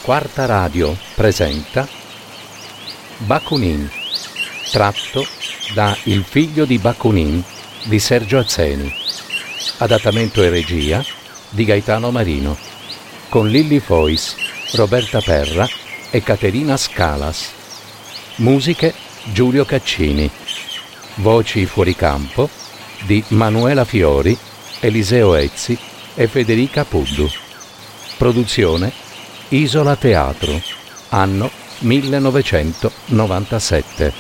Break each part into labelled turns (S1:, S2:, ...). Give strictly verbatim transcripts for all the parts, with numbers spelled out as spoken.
S1: Quarta Radio presenta Bakunin, tratto da Il figlio di Bakunin di Sergio Azzeni, adattamento e regia di Gaetano Marino, con Lilli Fois, Roberta Perra e Caterina Scalas. Musiche Giulio Caccini. Voci fuori campo di Manuela Fiori, Eliseo Ezzi e Federica Puddu. Produzione Isola Teatro, anno millenovecentonovantasette.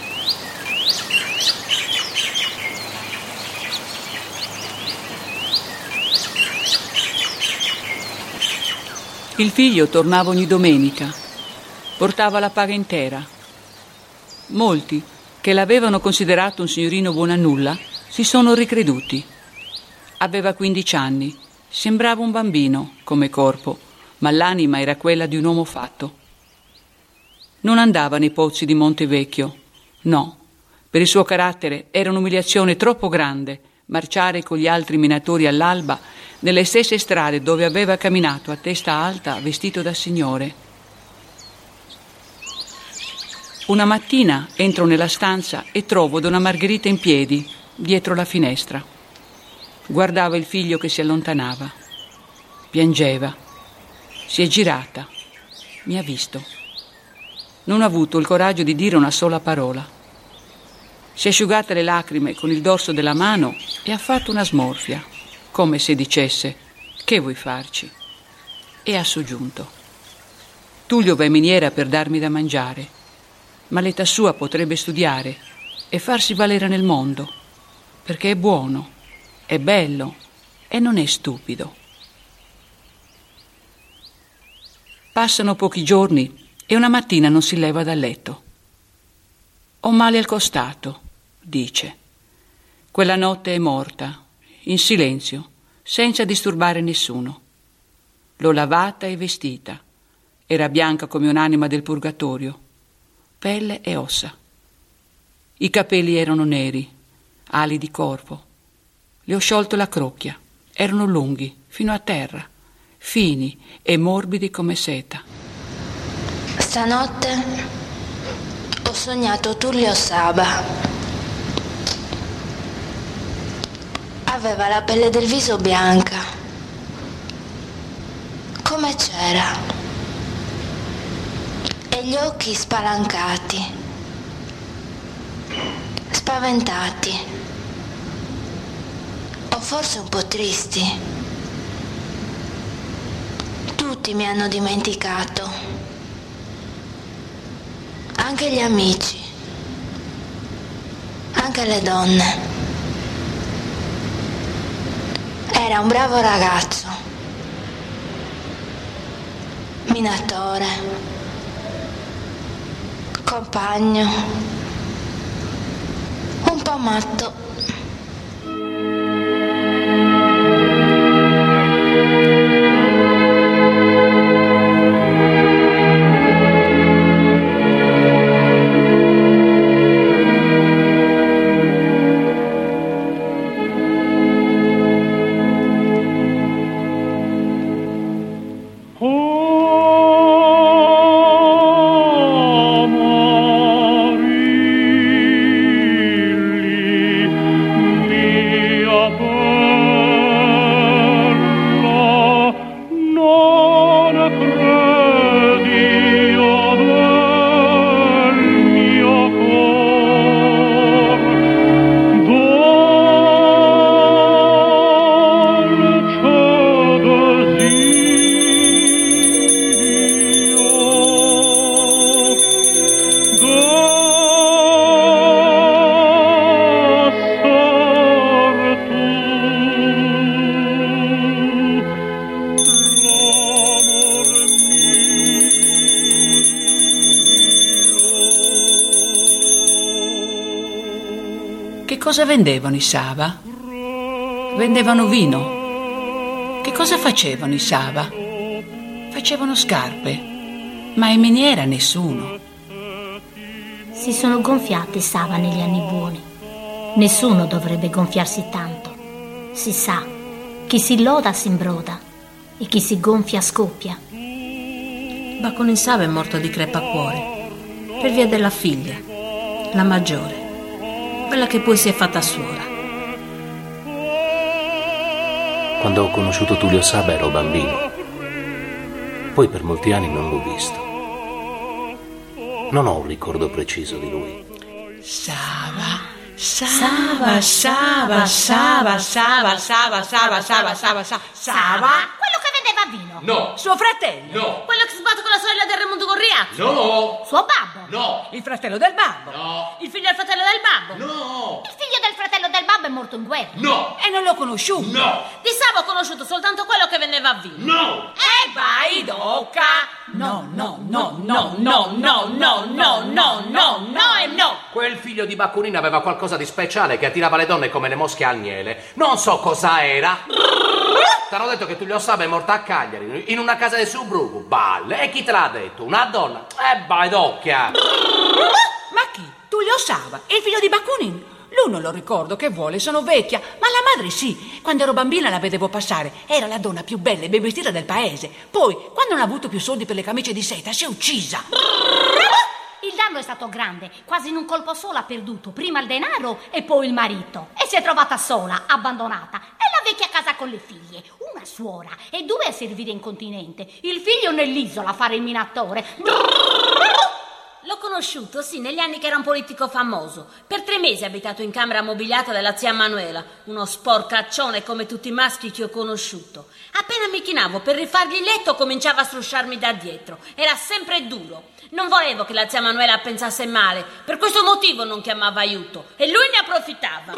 S2: Il figlio tornava ogni domenica, portava la paga intera. Molti, che l'avevano considerato un signorino buon a nulla, si sono ricreduti. Aveva quindici anni, sembrava un bambino come corpo, ma l'anima era quella di un uomo fatto. Non andava nei pozzi di Montevecchio, no. Per il suo carattere era un'umiliazione troppo grande marciare con gli altri minatori all'alba nelle stesse strade dove aveva camminato a testa alta vestito da signore. Una mattina entro nella stanza e trovo Donna Margherita in piedi, dietro la finestra. Guardava il figlio che si allontanava. Piangeva. Si è girata. Mi ha visto. Non ha avuto il coraggio di dire una sola parola. Si è asciugata le lacrime con il dorso della mano e ha fatto una smorfia, come se dicesse: «Che vuoi farci?» E ha soggiunto: «Tullio va in miniera per darmi da mangiare, ma l'età sua potrebbe studiare e farsi valere nel mondo, perché è buono, è bello e non è stupido». Passano pochi giorni e una mattina non si leva dal letto. «Ho male al costato», dice. Quella notte è morta, in silenzio, senza disturbare nessuno. L'ho lavata e vestita. Era bianca come un'anima del purgatorio, pelle e ossa. I capelli erano neri, ali di corvo. Le ho sciolto la crocchia. Erano lunghi, fino a terra, fini e morbidi come seta.
S3: Stanotte ho sognato Tullio Saba. Aveva la pelle del viso bianca, come c'era, e gli occhi spalancati, spaventati, o forse un po' tristi. Tutti mi hanno dimenticato, anche gli amici, anche le donne. Era un bravo ragazzo, minatore, compagno, un po' matto.
S2: Cosa vendevano i Saba? Vendevano vino. Che cosa facevano i Saba? Facevano scarpe, ma in miniera nessuno.
S4: Si sono gonfiati i Saba negli anni buoni. Nessuno dovrebbe gonfiarsi tanto. Si sa, chi si loda si imbroda e chi si gonfia scoppia.
S5: Bakunin Sava è morto di crepacuore per via della figlia, la maggiore, quella che poi si è fatta suora.
S6: Quando ho conosciuto Tullio Sava ero bambino. Poi per molti anni non l'ho visto. Non ho un ricordo preciso di lui.
S2: Sava, Sava, Sava, Sava, Sava, Sava, Sava, Sava, Sava, Sava, Sava.
S7: Quello che vendeva vino.
S8: No.
S2: Suo fratello.
S8: No.
S7: Quello che si sbatte con la sorella del Raimondo Gorriazzo.
S8: No.
S7: Suo babbo.
S8: No.
S2: Il fratello del babbo.
S8: No.
S7: Il figlio del fratello del babbo.
S8: No.
S7: Il figlio del fratello del babbo è morto in guerra.
S8: No.
S2: E non l'ho conosciuto.
S8: No.
S7: Di Sava ho conosciuto soltanto quello che vendeva vino.
S8: No.
S7: E vai d'occa.
S2: No, no, no, no, no, no, no, no, no, no, no e no.
S6: Quel figlio di Bakunin aveva qualcosa di speciale che attirava le donne come le mosche al miele. Non so cosa era. T'hanno detto che Tullio Sava è morto a Cagliari, in una casa di Subrugo. Balle. E chi te l'ha detto? Una donna? Eh, vai d'occhia.
S2: Ma chi? Tullio Sava, il figlio di Bakunin. Lui non lo ricordo, che vuole, sono vecchia, ma la madre sì. Quando ero bambina la vedevo passare, era la donna più bella e ben vestita del paese. Poi, quando non ha avuto più soldi per le camicie di seta, si è uccisa.
S4: Il danno è stato grande, quasi in un colpo solo ha perduto prima il denaro e poi il marito. E si è trovata sola, abbandonata. E la vecchia a casa con le figlie, una suora e due a servire in continente. Il figlio nell'isola a fare il minatore.
S7: L'ho conosciuto, sì, negli anni che era un politico famoso. Per tre mesi ha abitato in camera mobiliata della zia Manuela, uno sporcaccione come tutti i maschi che ho conosciuto. Appena mi chinavo per rifargli il letto cominciava a strusciarmi da dietro. Era sempre duro. Non volevo che la zia Manuela pensasse male, per questo motivo non chiamava aiuto e lui ne approfittava.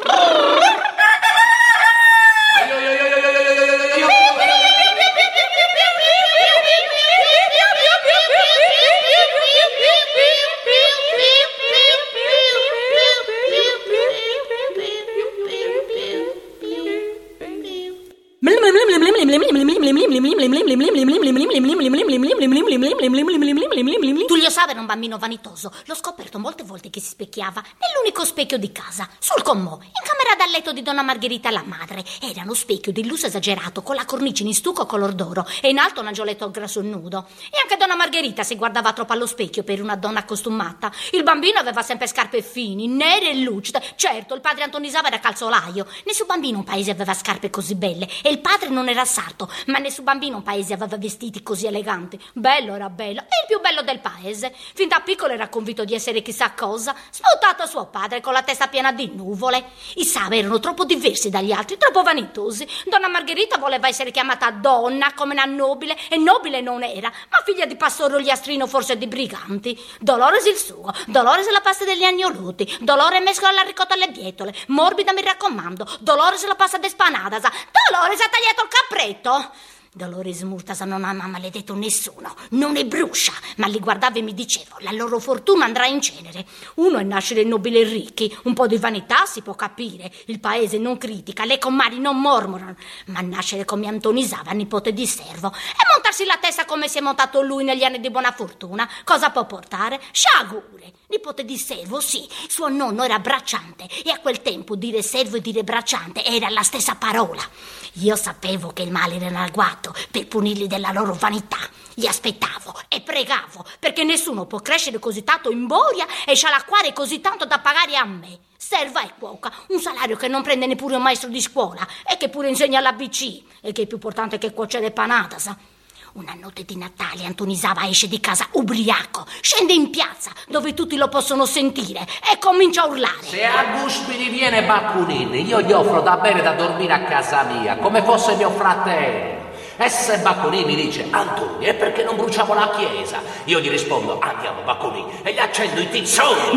S4: Tullio Sava era un bambino vanitoso. L'ho scoperto molte volte che si specchiava nell'unico specchio di casa, sul comò, in camera da letto di donna Margherita la madre. Era uno specchio di lusso esagerato, con la cornice in stucco color d'oro e in alto un angioletto grasso nudo. E anche donna Margherita si guardava troppo allo specchio per una donna costumata. Il bambino aveva sempre scarpe fini, nere e lucide. Certo, il padre Antonio Sava era calzolaio. Nessun bambino in paese aveva scarpe così belle e il padre non era sarto, ma nessun bambino in paese aveva vestiti così eleganti. Bello era bello, e il più bello del paese. Fin da piccolo era convinto di essere chissà cosa, sputato a suo padre con la testa piena di nuvole. I Sava erano troppo diversi dagli altri, troppo vanitosi. Donna Margherita voleva essere chiamata donna come una nobile, e nobile non era, ma figlia di pastore ogliastrino, forse di briganti. Dolores il sugo, Dolores la pasta degli agnolotti, Dolores mescola la ricotta alle bietole, morbida mi raccomando, Dolores la pasta de spanadas, Dolores ha tagliato il capretto. Dolores Murtasa non ama maledetto nessuno, non ne brucia, ma li guardavo e mi dicevo, la loro fortuna andrà in cenere. Uno è nascere nobili e ricchi, un po' di vanità si può capire, il paese non critica, le comari non mormorano, ma nascere come Antonio Sava, nipote di servo, e montarsi la testa come si è montato lui negli anni di buona fortuna, cosa può portare? Sciagure. Nipote di servo, sì, suo nonno era bracciante, e a quel tempo dire servo e dire bracciante era la stessa parola. Io sapevo che il male era in agguato per punirli della loro vanità. Li aspettavo e pregavo, perché nessuno può crescere così tanto in boria e scialacquare così tanto da pagare a me. Serva e cuoca, un salario che non prende neppure un maestro di scuola e che pure insegna l'A B C e che è più importante che cuocere panatas. Una notte di Natale Antonio Sava esce di casa ubriaco, scende in piazza dove tutti lo possono sentire e comincia a urlare.
S6: Se a Guspini viene Bakunin, io gli offro da bere da dormire a casa mia, come fosse mio fratello. E se Bakunin mi dice, Antonio, è perché non bruciamo la chiesa? Io gli rispondo, andiamo Bakunin, e gli accendo i tizzoni.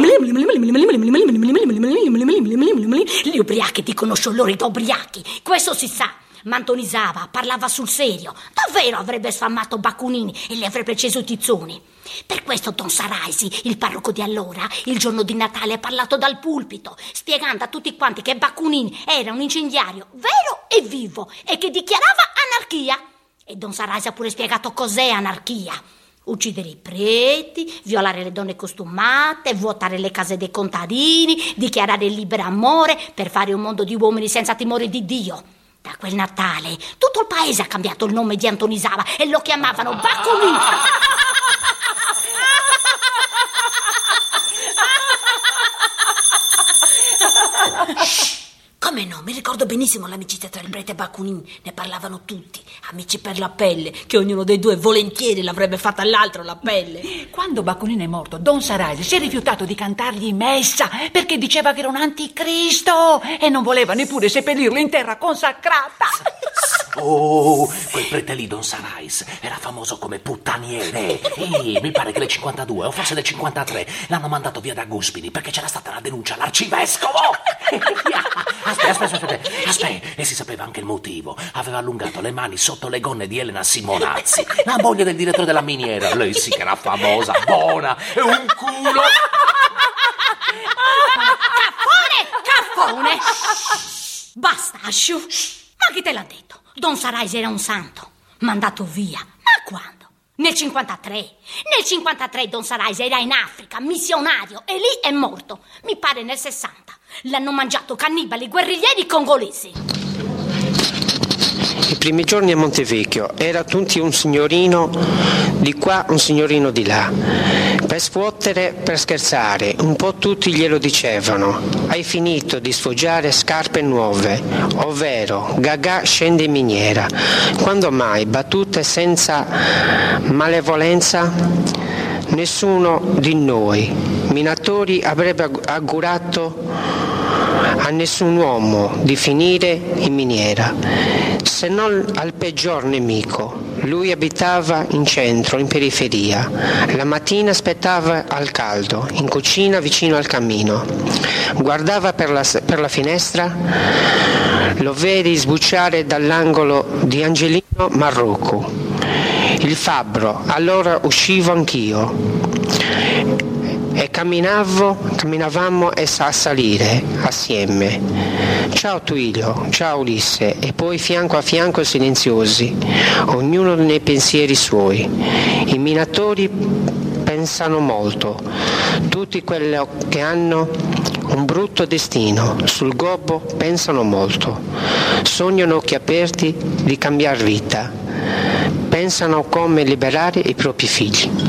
S4: Gli ubriachi dicono sciolori da ubriachi, questo si sa. Ma Antonio Sava parlava sul serio. Davvero avrebbe sfamato Bakunin e le avrebbe acceso i tizzoni. Per questo Don Saraisi, il parroco di allora, il giorno di Natale ha parlato dal pulpito, spiegando a tutti quanti che Bakunin era un incendiario vero e vivo e che dichiarava anarchia. E Don Saraisi ha pure spiegato cos'è anarchia. Uccidere i preti, violare le donne costumate, vuotare le case dei contadini, dichiarare il libero amore per fare un mondo di uomini senza timore di Dio. Da quel Natale tutto il paese ha cambiato il nome di Antonio Sava e lo chiamavano Bakunin.
S7: Come no? Mi ricordo benissimo l'amicizia tra il prete e Bakunin. Ne parlavano tutti. Amici per la pelle, che ognuno dei due volentieri l'avrebbe fatta all'altro la pelle.
S2: Quando Bakunin è morto, Don Sarai si è rifiutato di cantargli messa perché diceva che era un anticristo e non voleva neppure seppellirlo in terra consacrata.
S6: Oh, quel prete lì, Don Sarais, era famoso come puttaniere. E mi pare che nel cinquantadue o forse nel cinquantatré l'hanno mandato via da Guspini perché c'era stata una denuncia all'arcivescovo. Aspetta, aspetta, aspetta, aspetta. E si sapeva anche il motivo. Aveva allungato le mani sotto le gonne di Elena Simonazzi, la moglie del direttore della miniera. Lei sì che era famosa, buona e un culo.
S4: Caffone, caffone. Basta, Asciu. Ma chi te l'ha detto? Don Sarais era un santo, mandato via. Ma quando? Nel cinquantatré. Nel cinquantatré Don Sarais era in Africa, missionario, e lì è morto. Mi pare nel sessanta. L'hanno mangiato cannibali guerriglieri congolesi.
S8: I primi giorni a Montevecchio era tutti un signorino di qua, un signorino di là. Per scuotere, per scherzare, un po' tutti glielo dicevano. Hai finito di sfoggiare scarpe nuove, ovvero Gagà scende in miniera. Quando mai battute senza malevolenza? Nessuno di noi minatori avrebbe augurato a nessun uomo di finire in miniera, se non al peggior nemico. Lui abitava in centro, in periferia. La mattina aspettava al caldo, in cucina vicino al camino. Guardava per la, per la finestra, lo vedi sbucciare dall'angolo di Angelino Marrocco. Il fabbro, allora uscivo anch'io. E camminavo, camminavamo a salire assieme. Ciao Tuilio, ciao Ulisse, e poi fianco a fianco silenziosi, ognuno nei pensieri suoi. I minatori pensano molto, tutti quelli che hanno un brutto destino sul gobbo pensano molto, sognano occhi aperti di cambiare vita, pensano come liberare i propri figli.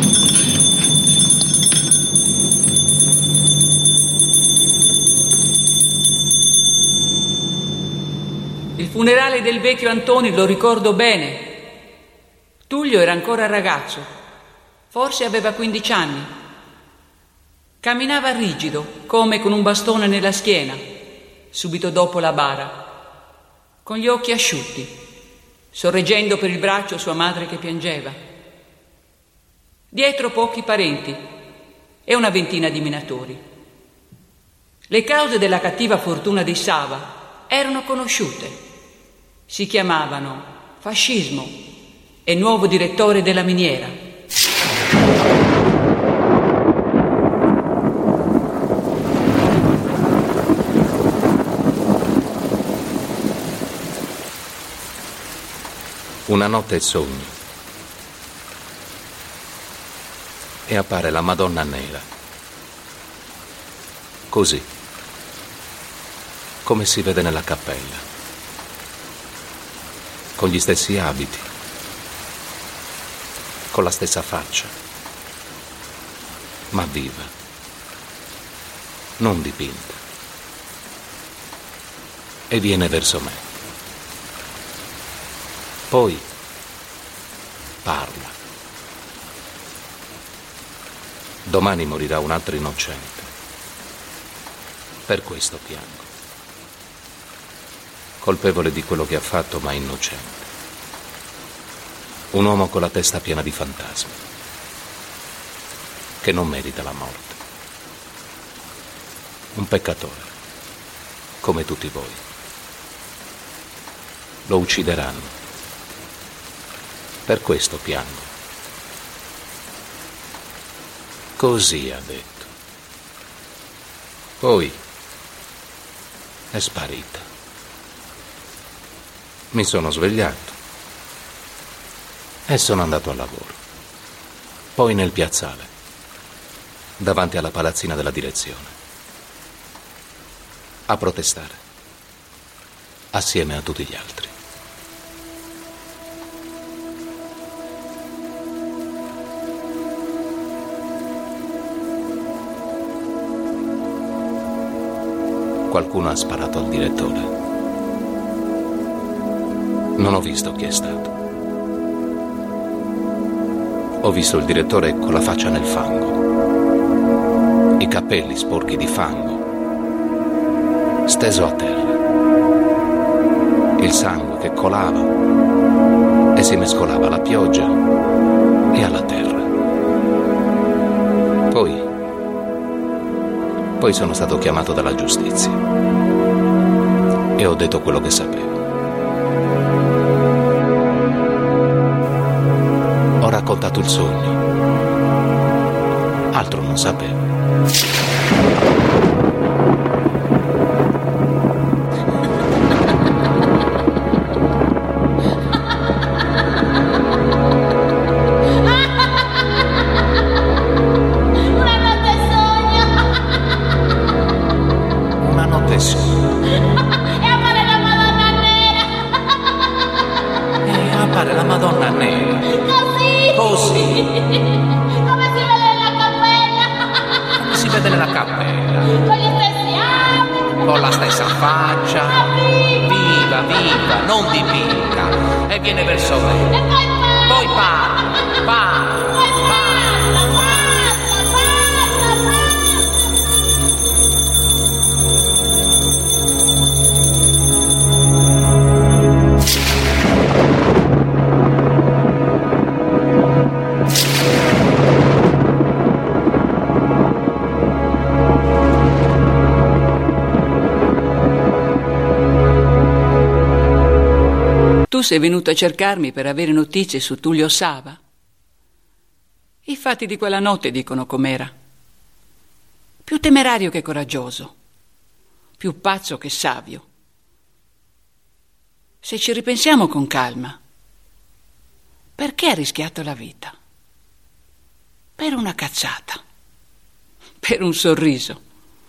S2: Il funerale del vecchio Antoni lo ricordo bene. Tullio era ancora ragazzo, forse aveva quindici anni. Camminava rigido, come con un bastone nella schiena, subito dopo la bara, con gli occhi asciutti, sorreggendo per il braccio sua madre che piangeva. Dietro pochi parenti e una ventina di minatori. Le cause della cattiva fortuna di Sava erano conosciute. Si chiamavano fascismo e nuovo direttore della miniera.
S1: Una notte sogno e appare la Madonna Nera, così come si vede nella cappella, con gli stessi abiti, con la stessa faccia, ma viva, non dipinta, e viene verso me. Poi parla. Domani morirà un altro innocente. Per questo piango. Colpevole di quello che ha fatto, ma innocente. Un uomo con la testa piena di fantasmi, che non merita la morte. Un peccatore, come tutti voi. Lo uccideranno. Per questo piango. Così ha detto. Poi è sparita. Mi sono svegliato e sono andato al lavoro. Poi nel piazzale, davanti alla palazzina della direzione, a protestare, assieme a tutti gli altri. qualcuno ha sparato al direttore. Non ho visto chi è stato. Ho visto il direttore con la faccia nel fango, i capelli sporchi di fango, steso a terra, il sangue che colava e si mescolava alla pioggia e alla terra. Poi, poi sono stato chiamato dalla giustizia e ho detto quello che sapevo. Ho raccontato il sogno, altro non sapevo.
S2: Tu sei venuto a cercarmi per avere notizie su Tullio Sava? I fatti di quella notte dicono com'era. Più temerario che coraggioso, più pazzo che savio. Se ci ripensiamo con calma, perché ha rischiato la vita? Per una cazzata, per un sorriso.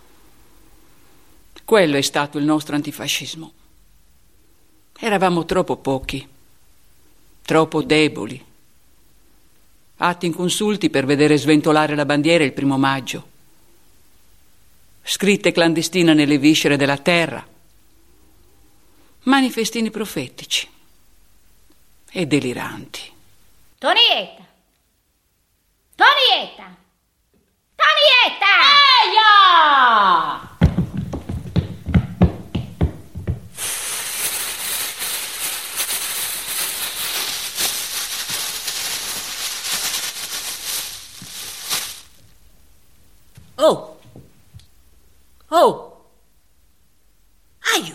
S2: Quello è stato il nostro antifascismo. Eravamo troppo pochi, troppo deboli. Atti inconsulti per vedere sventolare la bandiera il primo maggio. Scritte clandestine nelle viscere della terra. Manifestini profetici e deliranti.
S4: Tonietta! Tonietta! Tonietta!
S7: Eia! Oh! Oh! Aiu!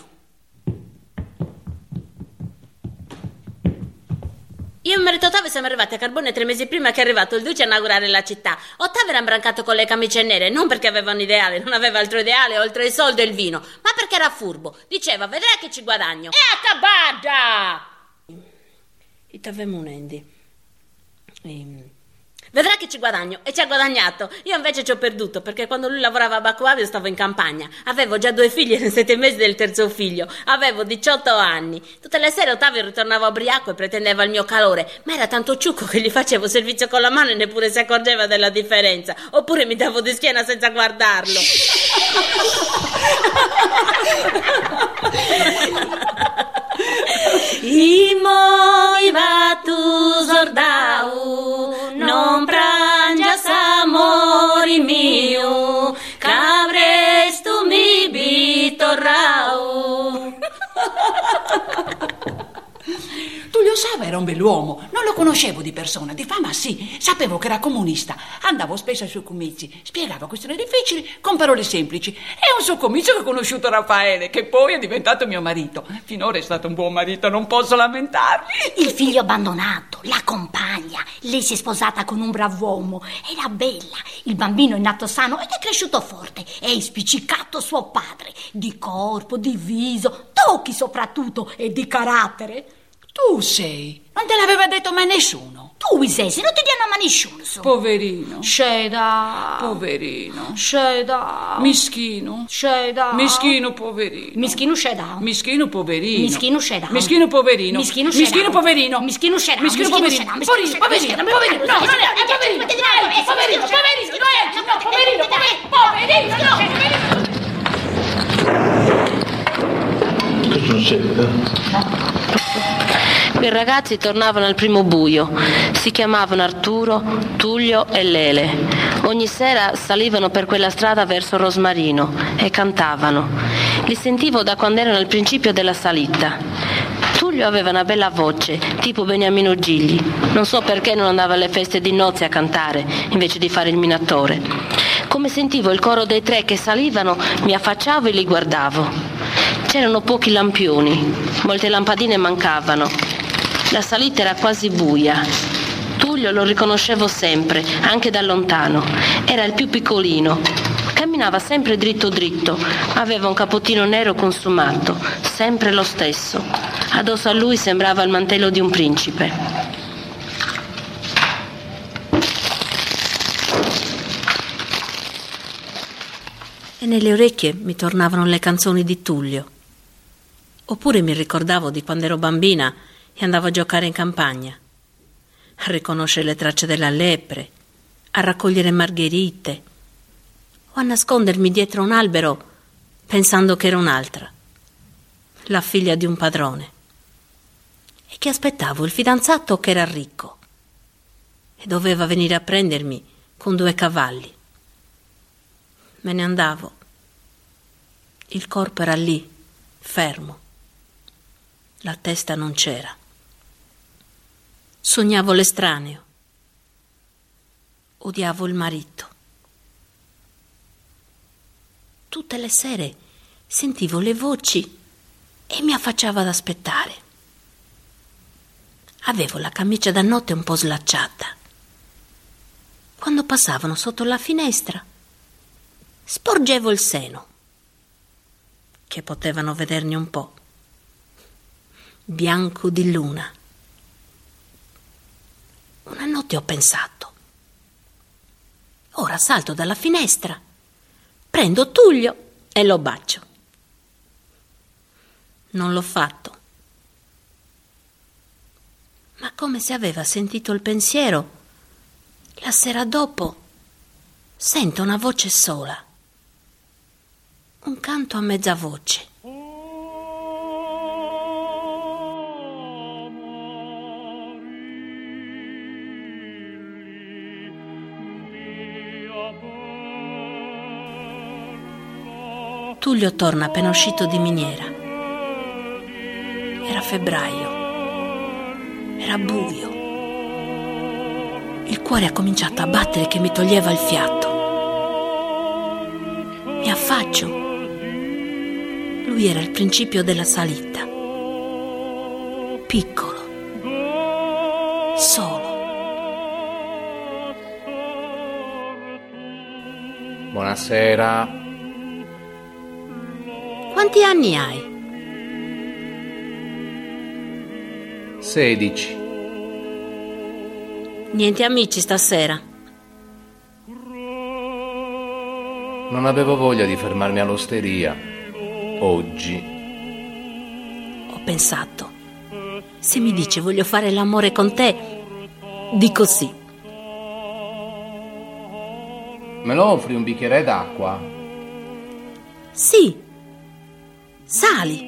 S7: Io e marito Ottavio siamo arrivati a Carbone tre mesi prima che è arrivato il Duce a inaugurare la città. Ottavio era imbrancato con le camicie nere, non perché aveva un ideale, non aveva altro ideale oltre il soldo e il vino, ma perché era furbo. Diceva, vedrai che ci guadagno. E a tabada! I t'avemo unendi. Ehm... Vedrà che ci guadagno, e ci ha guadagnato. Io invece ci ho perduto, perché quando lui lavorava a Bacquavio io stavo in campagna. Avevo già due figli nei sette mesi del terzo figlio. Avevo diciotto anni. Tutte le sere Ottavio ritornava ubriaco e pretendeva il mio calore, ma era tanto ciucco che gli facevo servizio con la mano e neppure si accorgeva della differenza. Oppure mi davo di schiena senza guardarlo. I moi va tu zordau, non prangias amori mio, cabrestu mi bitorrau.
S2: Tullio Sava era un bell'uomo, non lo conoscevo di persona, di fama sì, sapevo che era comunista, andavo spesso ai suoi comizi, spiegava questioni difficili con parole semplici. È un suo comizio che ho conosciuto Raffaele, che poi è diventato mio marito. Finora è stato un buon marito, non posso lamentarmi.
S4: Il figlio abbandonato, la compagna, lei si è sposata con un brav'uomo, era bella, il bambino è nato sano ed è cresciuto forte, è spiccicato suo padre, di corpo, di viso, tocchi soprattutto e di carattere.
S2: Tu sei, non te l'aveva detto mai nessuno.
S4: Tu sei, se non ti diano mai nessuno.
S2: Poverino.
S4: Sceda.
S2: Poverino.
S4: Sceda.
S2: Mischino.
S4: Sceda.
S2: Mischino poverino.
S4: Mischino sceda.
S2: Mischino poverino.
S4: Mischino sceda.
S2: Mischino poverino.
S4: Mischino sceda.
S2: Mischino poverino.
S4: Mischino sceda.
S2: Mischino poverino. Poverino, poverino, poverino. No, non è poverino. Poverino, poverino, poverino, poverino, poverino, poverino.
S9: Quei ragazzi tornavano al primo buio. Si chiamavano Arturo, Tullio e Lele. Ogni sera salivano per quella strada verso Rosmarino e cantavano. Li sentivo da quando erano al principio della salita. Tullio aveva una bella voce, tipo Beniamino Gigli. Non so perché non andava alle feste di nozze a cantare, invece di fare il minatore. Come sentivo il coro dei tre che salivano, mi affacciavo e li guardavo. C'erano pochi lampioni, molte lampadine mancavano. La salita era quasi buia. Tullio lo riconoscevo sempre, anche da lontano. Era il più piccolino. Camminava sempre dritto dritto. Aveva un capottino nero consumato, sempre lo stesso. Addosso a lui sembrava il mantello di un principe.
S5: E nelle orecchie mi tornavano le canzoni di Tullio. Oppure mi ricordavo di quando ero bambina e andavo a giocare in campagna, a riconoscere le tracce della lepre, a raccogliere margherite o a nascondermi dietro un albero pensando che era un'altra, la figlia di un padrone, e che aspettavo il fidanzato che era ricco e doveva venire a prendermi con due cavalli. Me ne andavo. Il corpo era lì, fermo. La testa non c'era. Sognavo l'estraneo. Odiavo il marito. Tutte le sere sentivo le voci e mi affacciavo ad aspettare. Avevo la camicia da notte un po' slacciata. Quando passavano sotto la finestra, sporgevo il seno, che potevano vederne un po', bianco di luna. Una notte ho pensato: ora salto dalla finestra, prendo Tullio e lo bacio. Non l'ho fatto, ma come se aveva sentito il pensiero, la sera dopo sento una voce sola, un canto a mezza voce. Tullio torna appena uscito di miniera. Era febbraio. Era buio. Il cuore ha cominciato a battere che mi toglieva il fiato. Mi affaccio. Lui era il principio della salita. Piccolo. Solo.
S1: Buonasera.
S5: Quanti anni hai?
S1: Sedici.
S5: Niente amici stasera?
S1: Non avevo voglia di fermarmi all'osteria. Oggi.
S5: Ho pensato, se mi dice voglio fare l'amore con te, dico sì.
S1: Me lo offri un bicchiere d'acqua?
S5: Sì. Sali.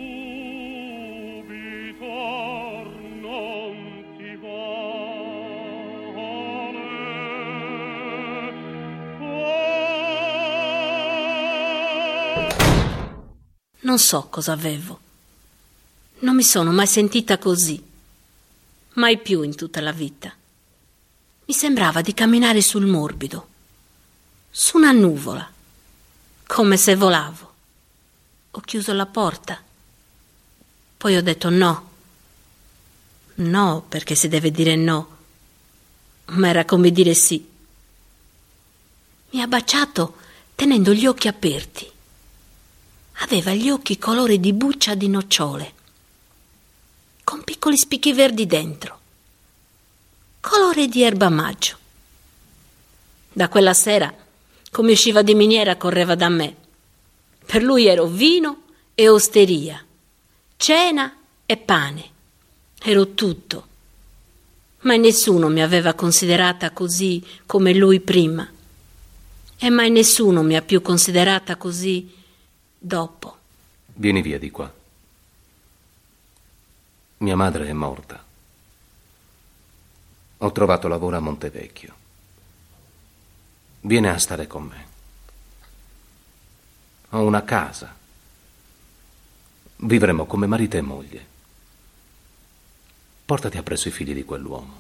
S5: Non so cosa avevo. Non mi sono mai sentita così. Mai più in tutta la vita. Mi sembrava di camminare sul morbido, su una nuvola, come se volavo. Ho chiuso la porta. Poi ho detto no. No, perché si deve dire no. Ma era come dire sì. Mi ha baciato tenendo gli occhi aperti. Aveva gli occhi colore di buccia di nocciole, con piccoli spicchi verdi dentro, colore di erba maggio. Da quella sera, come usciva di miniera, correva da me. Per lui ero vino e osteria, cena e pane. Ero tutto. Mai nessuno mi aveva considerata così come lui prima. E mai nessuno mi ha più considerata così dopo.
S1: Vieni via di qua. Mia madre è morta. Ho trovato lavoro a Montevecchio. Viene a stare con me. Ho una casa. Vivremo come marito e moglie. Portati appresso i figli di quell'uomo.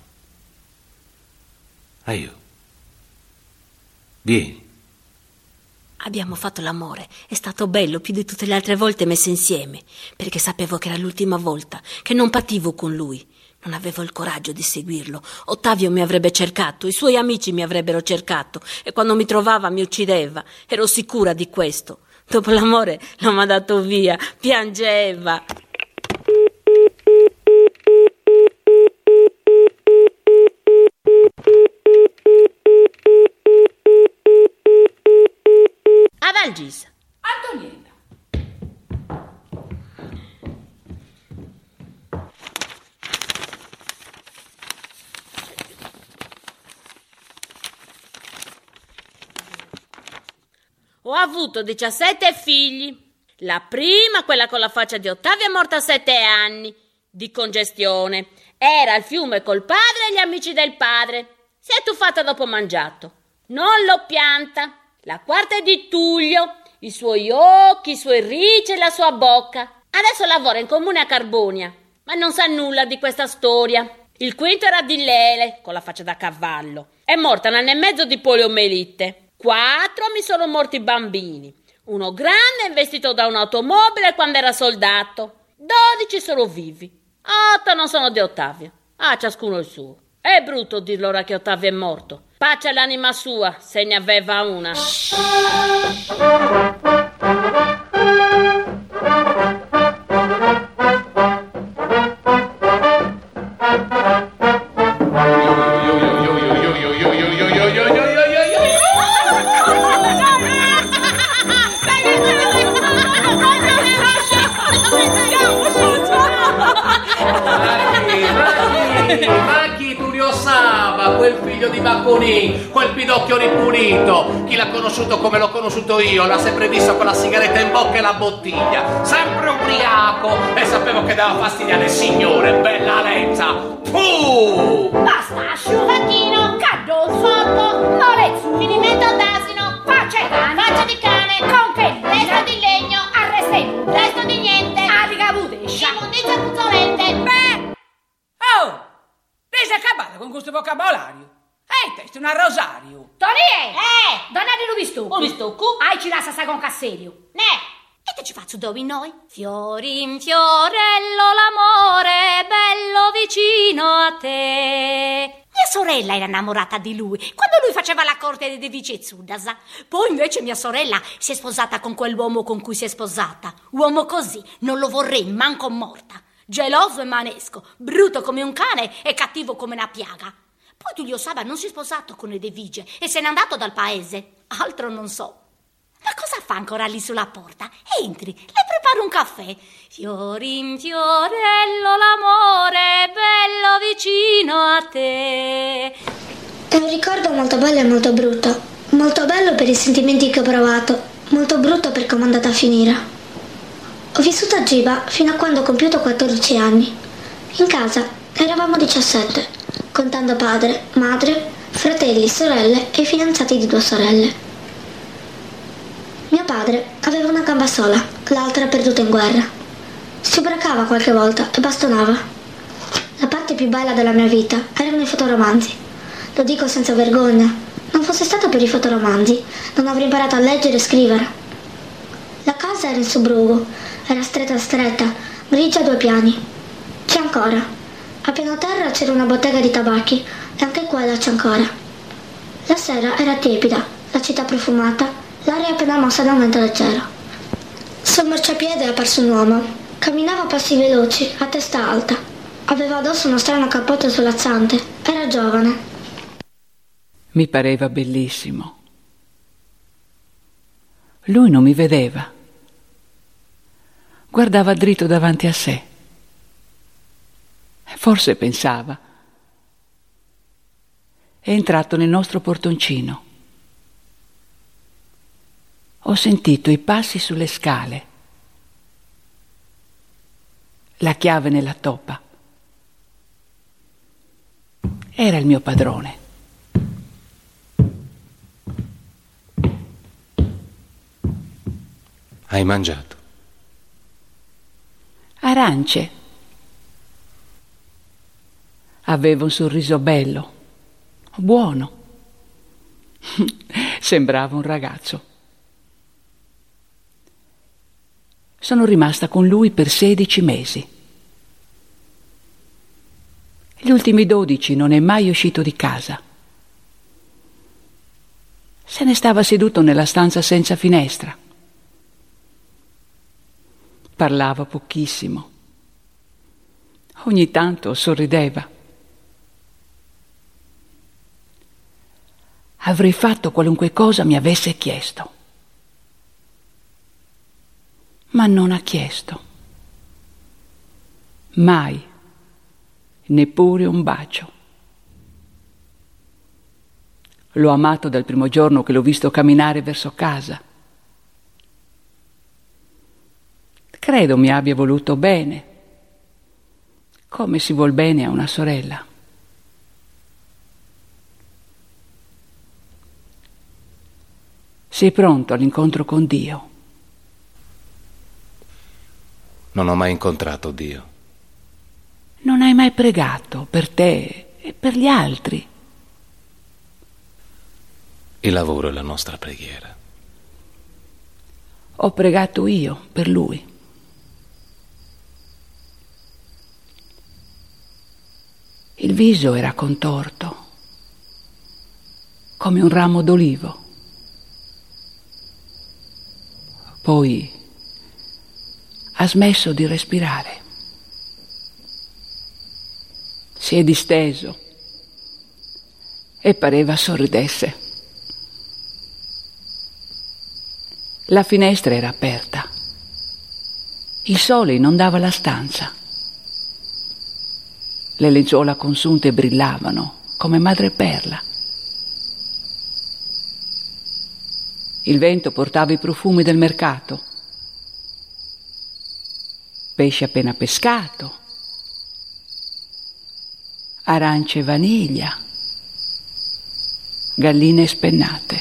S1: E io? Vieni.
S5: Abbiamo fatto l'amore. È stato bello più di tutte le altre volte messe insieme, perché sapevo che era l'ultima volta, che non pativo con lui. Non avevo il coraggio di seguirlo. Ottavio mi avrebbe cercato, i suoi amici mi avrebbero cercato e quando mi trovava mi uccideva. Ero sicura di questo. Dopo l'amore l'ho mandato via, piangeva.
S7: A Valgisa.
S2: Antonietta.
S7: Ho avuto diciassette figli. La prima, quella con la faccia di Ottavio, è morta a sette anni di congestione. Era al fiume col padre e gli amici del padre. Si è tuffata dopo mangiato. Non l'ho pianta. La quarta è di Tullio. I suoi occhi, i suoi ricci e la sua bocca. Adesso lavora in comune a Carbonia, ma non sa nulla di questa storia. Il quinto era di Lele, con la faccia da cavallo. È morta un anno e mezzo di poliomelite. Quattro mi sono morti bambini. Uno grande investito da un'automobile quando era soldato. Dodici sono vivi. Otto non sono di Ottavio. Ah, ciascuno il suo. È brutto dirlo ora che Ottavio è morto. Pace all'anima sua, se ne aveva una.
S6: Ma chi tu li osava, quel figlio di Bacconin, quel pidocchio ripulito? Chi l'ha conosciuto come l'ho conosciuto io? L'ha sempre visto con la sigaretta in bocca e la bottiglia, sempre ubriaco, e sapevo che dava fastidio alle signore, bella lezza. Puh!
S4: Basta, asciugatino, caddo sotto, molezzu, finimento d'asino, faccia di cane, faccia di cane, con che testa di legno, arrestevo, resto di niente, aligabudescia, immondizia puzzolente, beh!
S2: Oh! Resa acabata con questo vocabolario. Ehi, testa una rosario.
S4: Tonie! Eh! Donati lo visto?
S7: Ho visto cu?
S4: Hai ci lascia sta con casserio.
S7: Ne!
S4: E te ci faccio dovi noi? Fiori in fiorello l'amore bello vicino a te. Mia sorella era innamorata di lui quando lui faceva la corte di Vice Zuddasa. Poi invece mia sorella si è sposata con quell'uomo con cui si è sposata. Uomo così non lo vorrei manco morta. Geloso e manesco, brutto come un cane e cattivo come una piaga. Poi Tullio Saba non si è sposato con le Devige e se n'è andato dal paese. Altro non so. Ma cosa fa ancora lì sulla porta? Entri, le preparo un caffè. Fiori in fiorello l'amore bello vicino a te.
S10: È un ricordo molto bello e molto brutto. Molto bello per i sentimenti che ho provato, molto brutto per come è andata a finire. Ho vissuto a Giba fino a quando ho compiuto quattordici anni. In casa eravamo diciassette, contando padre, madre, fratelli, sorelle e i fidanzati di due sorelle. Mio padre aveva una gamba sola, l'altra perduta in guerra. Si ubriacava qualche volta e bastonava. La parte più bella della mia vita erano i fotoromanzi. Lo dico senza vergogna. Non fosse stato per i fotoromanzi, non avrei imparato a leggere e scrivere. La casa era in Subrugo. Era stretta stretta, grigia a due piani. C'è ancora. A piano terra c'era una bottega di tabacchi e anche quella c'è ancora. La sera era tiepida, la città profumata, l'aria appena mossa da un vento leggero. Sul marciapiede è apparso un uomo. Camminava a passi veloci, a testa alta. Aveva addosso uno strano cappotto svolazzante. Era giovane.
S2: Mi pareva bellissimo. Lui non mi vedeva. Guardava dritto davanti a sé. Forse pensava. È entrato nel nostro portoncino. Ho sentito i passi sulle scale. La chiave nella toppa. Era il mio padrone.
S1: Hai mangiato?
S2: Arance. Aveva un sorriso bello, buono. Sembrava un ragazzo. Sono rimasta con lui per sedici mesi. Gli ultimi dodici non è mai uscito di casa. Se ne stava seduto nella stanza senza finestra. Parlava pochissimo. Ogni tanto sorrideva. Avrei fatto qualunque cosa mi avesse chiesto. Ma non ha chiesto. Mai. Neppure un bacio. L'ho amato dal primo giorno che l'ho visto camminare verso casa. Credo mi abbia voluto bene, come si vuol bene a una sorella. Sei pronto all'incontro con Dio?
S1: Non ho mai incontrato Dio.
S2: Non hai mai pregato per te e per gli altri?
S1: Il lavoro è la nostra preghiera.
S2: Ho pregato io per lui. Il viso era contorto, come un ramo d'olivo. Poi ha smesso di respirare. Si è disteso e pareva sorridesse. La finestra era aperta. Il sole inondava la stanza. Le lenzuola consunte brillavano come madreperla. Il vento portava i profumi del mercato. Pesce appena pescato, arance e vaniglia, galline spennate.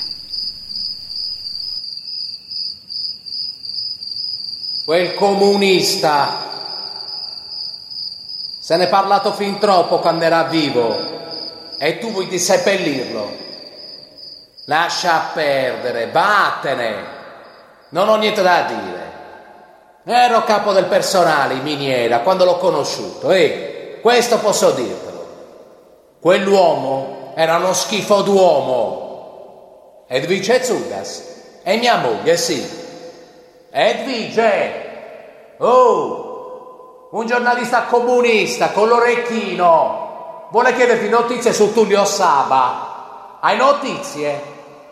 S6: Quel comunista se ne è parlato fin troppo quando era vivo e tu vuoi disseppellirlo. Lascia perdere, vattene, non ho niente da dire. Ero capo del personale in miniera quando l'ho conosciuto e questo posso dirtelo. Quell'uomo era uno schifo d'uomo. Edvice Zugas è mia moglie, sì. Edvice! Oh! Un giornalista comunista con l'orecchino vuole chiederti notizie su Tullio Saba. Hai notizie?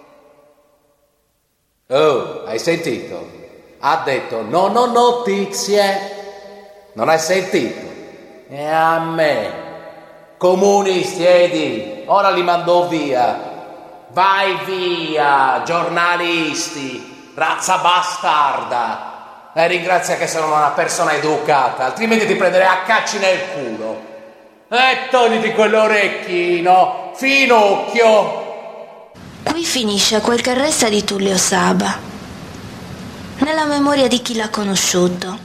S6: Oh, hai sentito? Ha detto non ho notizie. Non hai sentito? E a me, comunisti, Edi, ora li mando via. Vai via, giornalisti, razza bastarda. E ringrazia che sono una persona educata, altrimenti ti prenderei a cacci nel culo. E togliti quell'orecchino, finocchio.
S3: Qui finisce quel che resta di Tullio Saba, nella memoria di chi l'ha conosciuto.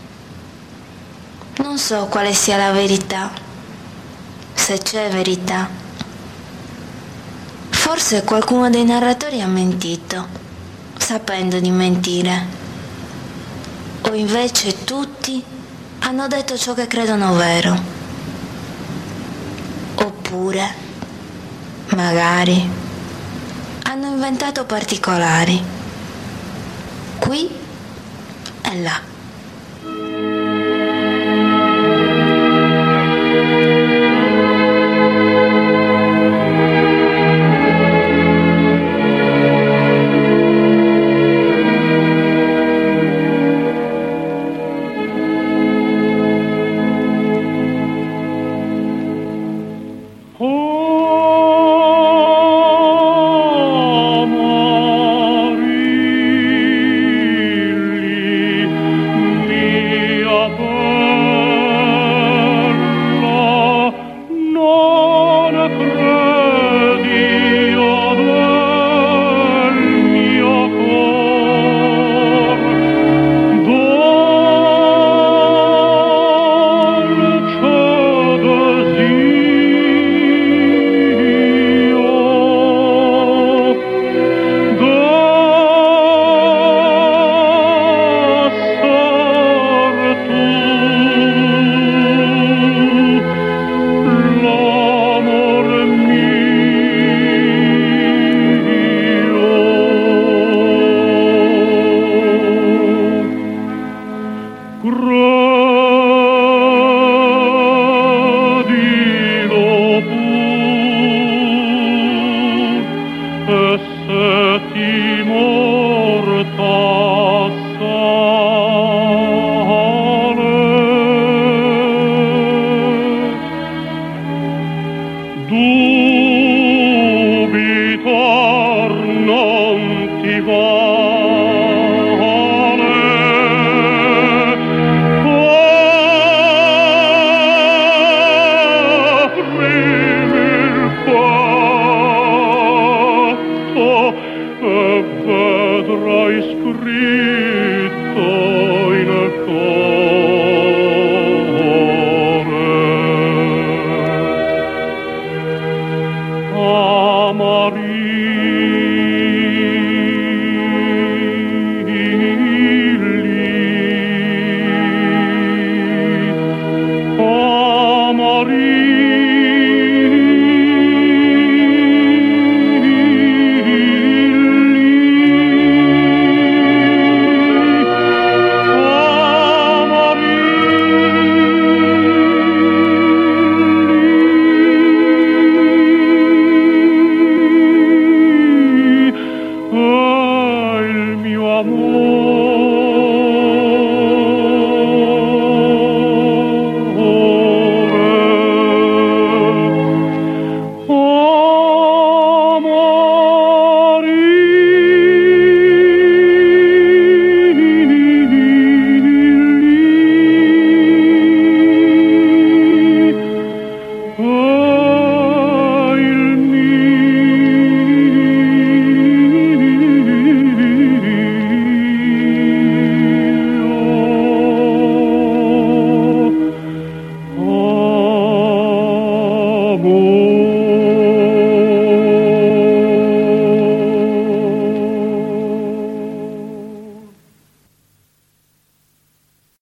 S3: Non so quale sia la verità, se c'è verità. Forse qualcuno dei narratori ha mentito, sapendo di mentire. O invece tutti hanno detto ciò che credono vero. Oppure, magari, hanno inventato particolari, qui e là.
S11: Oh.